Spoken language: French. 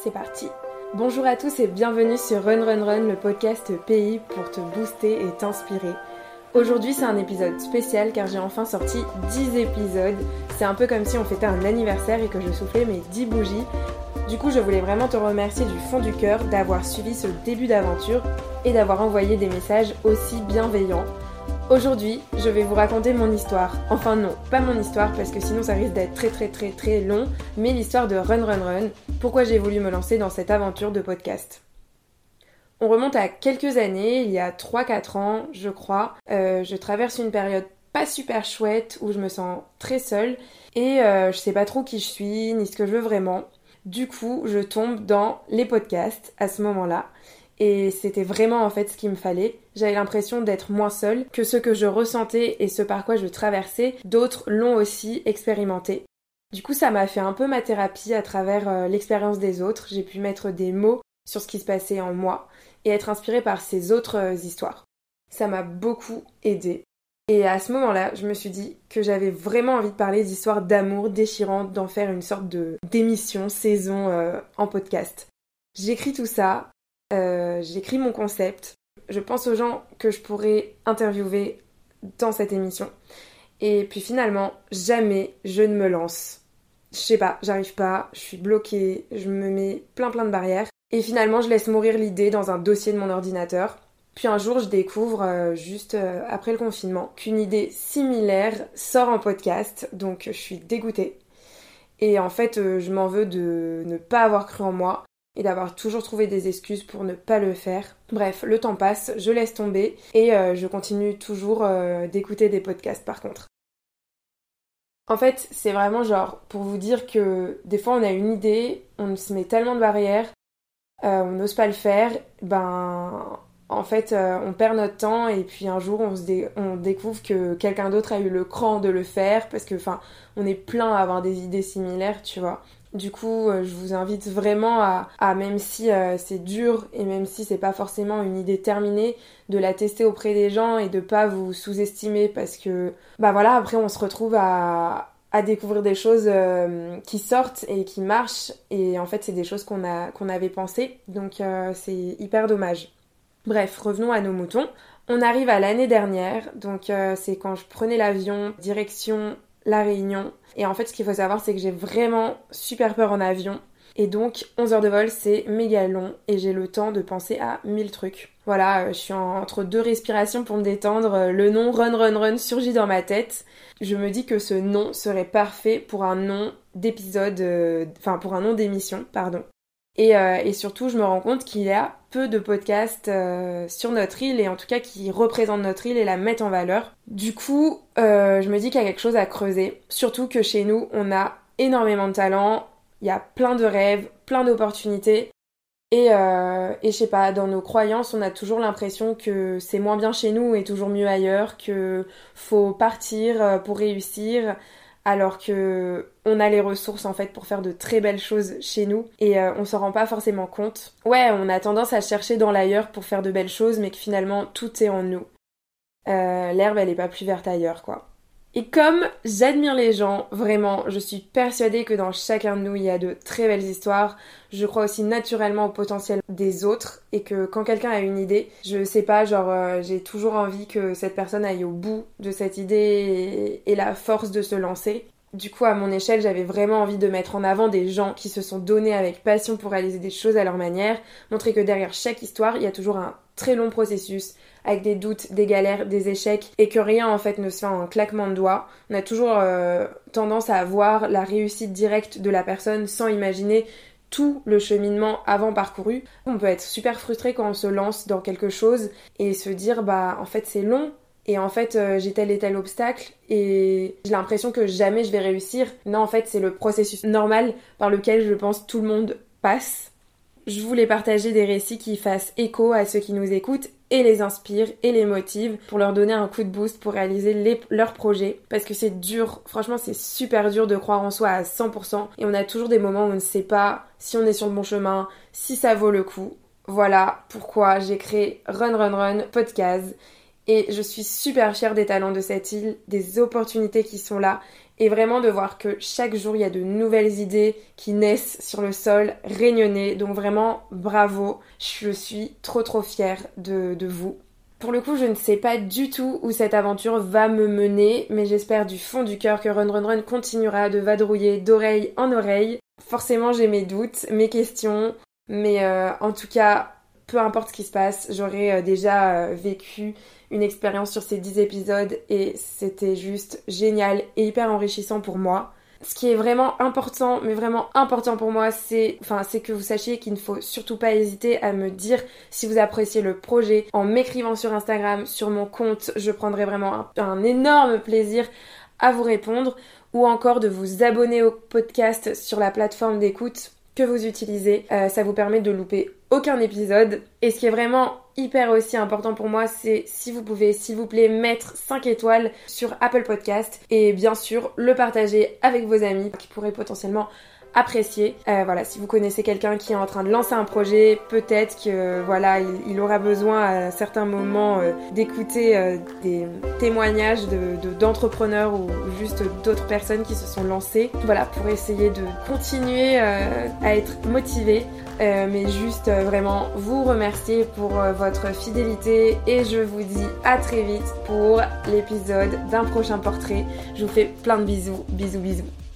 c'est parti. Bonjour à tous et bienvenue sur Run Run Run, le podcast pays pour te booster et t'inspirer. Aujourd'hui c'est un épisode spécial car j'ai enfin sorti 10 épisodes. C'est un peu comme si on fêtait un anniversaire et que je soufflais mes 10 bougies. Du coup je voulais vraiment te remercier du fond du cœur d'avoir suivi ce début d'aventure et d'avoir envoyé des messages aussi bienveillants. Aujourd'hui, je vais vous raconter mon histoire. Enfin non, pas mon histoire parce que sinon ça risque d'être très long, mais l'histoire de Run Run Run, pourquoi j'ai voulu me lancer dans cette aventure de podcast. On remonte à quelques années, il y a 3-4 ans, je crois. Je traverse une période pas super chouette où je me sens très seule et je sais pas trop qui je suis ni ce que je veux vraiment. Du coup, je tombe dans les podcasts à ce moment-là. Et c'était vraiment en fait ce qu'il me fallait. J'avais l'impression d'être moins seule, que ce que je ressentais et ce par quoi je traversais, d'autres l'ont aussi expérimenté. Du coup, ça m'a fait un peu ma thérapie à travers l'expérience des autres. J'ai pu mettre des mots sur ce qui se passait en moi et être inspirée par ces autres histoires. Ça m'a beaucoup aidée. Et à ce moment-là, je me suis dit que j'avais vraiment envie de parler d'histoires d'amour déchirantes, d'en faire une sorte d'émission, saison en podcast. J'écris tout ça. J'écris mon concept, je pense aux gens que je pourrais interviewer dans cette émission et puis finalement jamais je ne me lance. Je sais pas, j'arrive pas, je suis bloquée, je me mets plein de barrières et finalement je laisse mourir l'idée dans un dossier de mon ordinateur. Puis un jour je découvre juste après le confinement qu'une idée similaire sort en podcast, donc je suis dégoûtée et en fait je m'en veux de ne pas avoir cru en moi et d'avoir toujours trouvé des excuses pour ne pas le faire. Bref, le temps passe, je laisse tomber et je continue toujours d'écouter des podcasts par contre. En fait, c'est vraiment genre pour vous dire que des fois on a une idée, on se met tellement de barrières, on n'ose pas le faire, en fait on perd notre temps et puis un jour on découvre que quelqu'un d'autre a eu le cran de le faire parce que on est plein à avoir des idées similaires, tu vois. Du coup, je vous invite vraiment à même si c'est dur et même si c'est pas forcément une idée terminée, de la tester auprès des gens et de pas vous sous-estimer parce que, après on se retrouve à découvrir des choses qui sortent et qui marchent et en fait c'est des choses qu'on avait pensées, donc c'est hyper dommage. Bref, revenons à nos moutons. On arrive à l'année dernière, donc c'est quand je prenais l'avion, direction La Réunion. Et en fait, ce qu'il faut savoir, c'est que j'ai vraiment super peur en avion. Et donc, 11 heures de vol, c'est méga long et j'ai le temps de penser à 1000 trucs. Voilà, je suis entre deux respirations pour me détendre. Le nom Run Run Run surgit dans ma tête. Je me dis que ce nom serait parfait pour un nom d'épisode, pour un nom d'émission, pardon. Et surtout, je me rends compte qu'il y a peu de podcasts sur notre île et en tout cas qui représentent notre île et la mettent en valeur. Du coup, je me dis qu'il y a quelque chose à creuser. Surtout que chez nous, on a énormément de talent, il y a plein de rêves, plein d'opportunités. Et je sais pas, dans nos croyances, on a toujours l'impression que c'est moins bien chez nous et toujours mieux ailleurs, que faut partir pour réussir. Alors que on a les ressources en fait pour faire de très belles choses chez nous et on s'en rend pas forcément compte. Ouais, on a tendance à chercher dans l'ailleurs pour faire de belles choses mais que finalement tout est en nous. L'herbe elle est pas plus verte ailleurs quoi. Et comme j'admire les gens, vraiment, je suis persuadée que dans chacun de nous il y a de très belles histoires. Je crois aussi naturellement au potentiel des autres et que quand quelqu'un a une idée, je sais pas, j'ai toujours envie que cette personne aille au bout de cette idée et la force de se lancer. Du coup, à mon échelle, j'avais vraiment envie de mettre en avant des gens qui se sont donnés avec passion pour réaliser des choses à leur manière, montrer que derrière chaque histoire, il y a toujours un très long processus, avec des doutes, des galères, des échecs, et que rien en fait ne se fait en un claquement de doigts. On a toujours tendance à voir la réussite directe de la personne sans imaginer tout le cheminement avant parcouru. On peut être super frustré quand on se lance dans quelque chose et se dire en fait c'est long. Et en fait, j'ai tel et tel obstacle et j'ai l'impression que jamais je vais réussir. Non, en fait, c'est le processus normal par lequel je pense tout le monde passe. Je voulais partager des récits qui fassent écho à ceux qui nous écoutent et les inspirent et les motivent pour leur donner un coup de boost pour réaliser leurs projets. Parce que c'est dur, franchement c'est super dur de croire en soi à 100% et on a toujours des moments où on ne sait pas si on est sur le bon chemin, si ça vaut le coup. Voilà pourquoi j'ai créé Run Run Run Podcast. Et je suis super fière des talents de cette île, des opportunités qui sont là et vraiment de voir que chaque jour il y a de nouvelles idées qui naissent sur le sol, réunionnais. Donc vraiment bravo, je suis trop fière de vous. Pour le coup, je ne sais pas du tout où cette aventure va me mener, mais j'espère du fond du cœur que Run Run Run continuera de vadrouiller d'oreille en oreille. Forcément, j'ai mes doutes, mes questions, mais en tout cas, peu importe ce qui se passe, j'aurais déjà vécu une expérience sur ces 10 épisodes et c'était juste génial et hyper enrichissant pour moi. Ce qui est vraiment important, mais vraiment important pour moi, c'est que vous sachiez qu'il ne faut surtout pas hésiter à me dire si vous appréciez le projet en m'écrivant sur Instagram, sur mon compte. Je prendrai vraiment un énorme plaisir à vous répondre, ou encore de vous abonner au podcast sur la plateforme d'écoute que vous utilisez. Ça vous permet de louper aucun épisode. Et ce qui est vraiment hyper aussi important pour moi, c'est si vous pouvez, s'il vous plaît, mettre 5 étoiles sur Apple Podcast et bien sûr le partager avec vos amis qui pourraient potentiellement apprécier. Voilà, si vous connaissez quelqu'un qui est en train de lancer un projet, peut-être que voilà, il aura besoin à certains moments d'écouter des témoignages d'entrepreneurs ou juste d'autres personnes qui se sont lancées. Voilà, pour essayer de continuer à être motivé. Mais juste vraiment vous remercier pour votre fidélité et je vous dis à très vite pour l'épisode d'un prochain portrait. Je vous fais plein de bisous.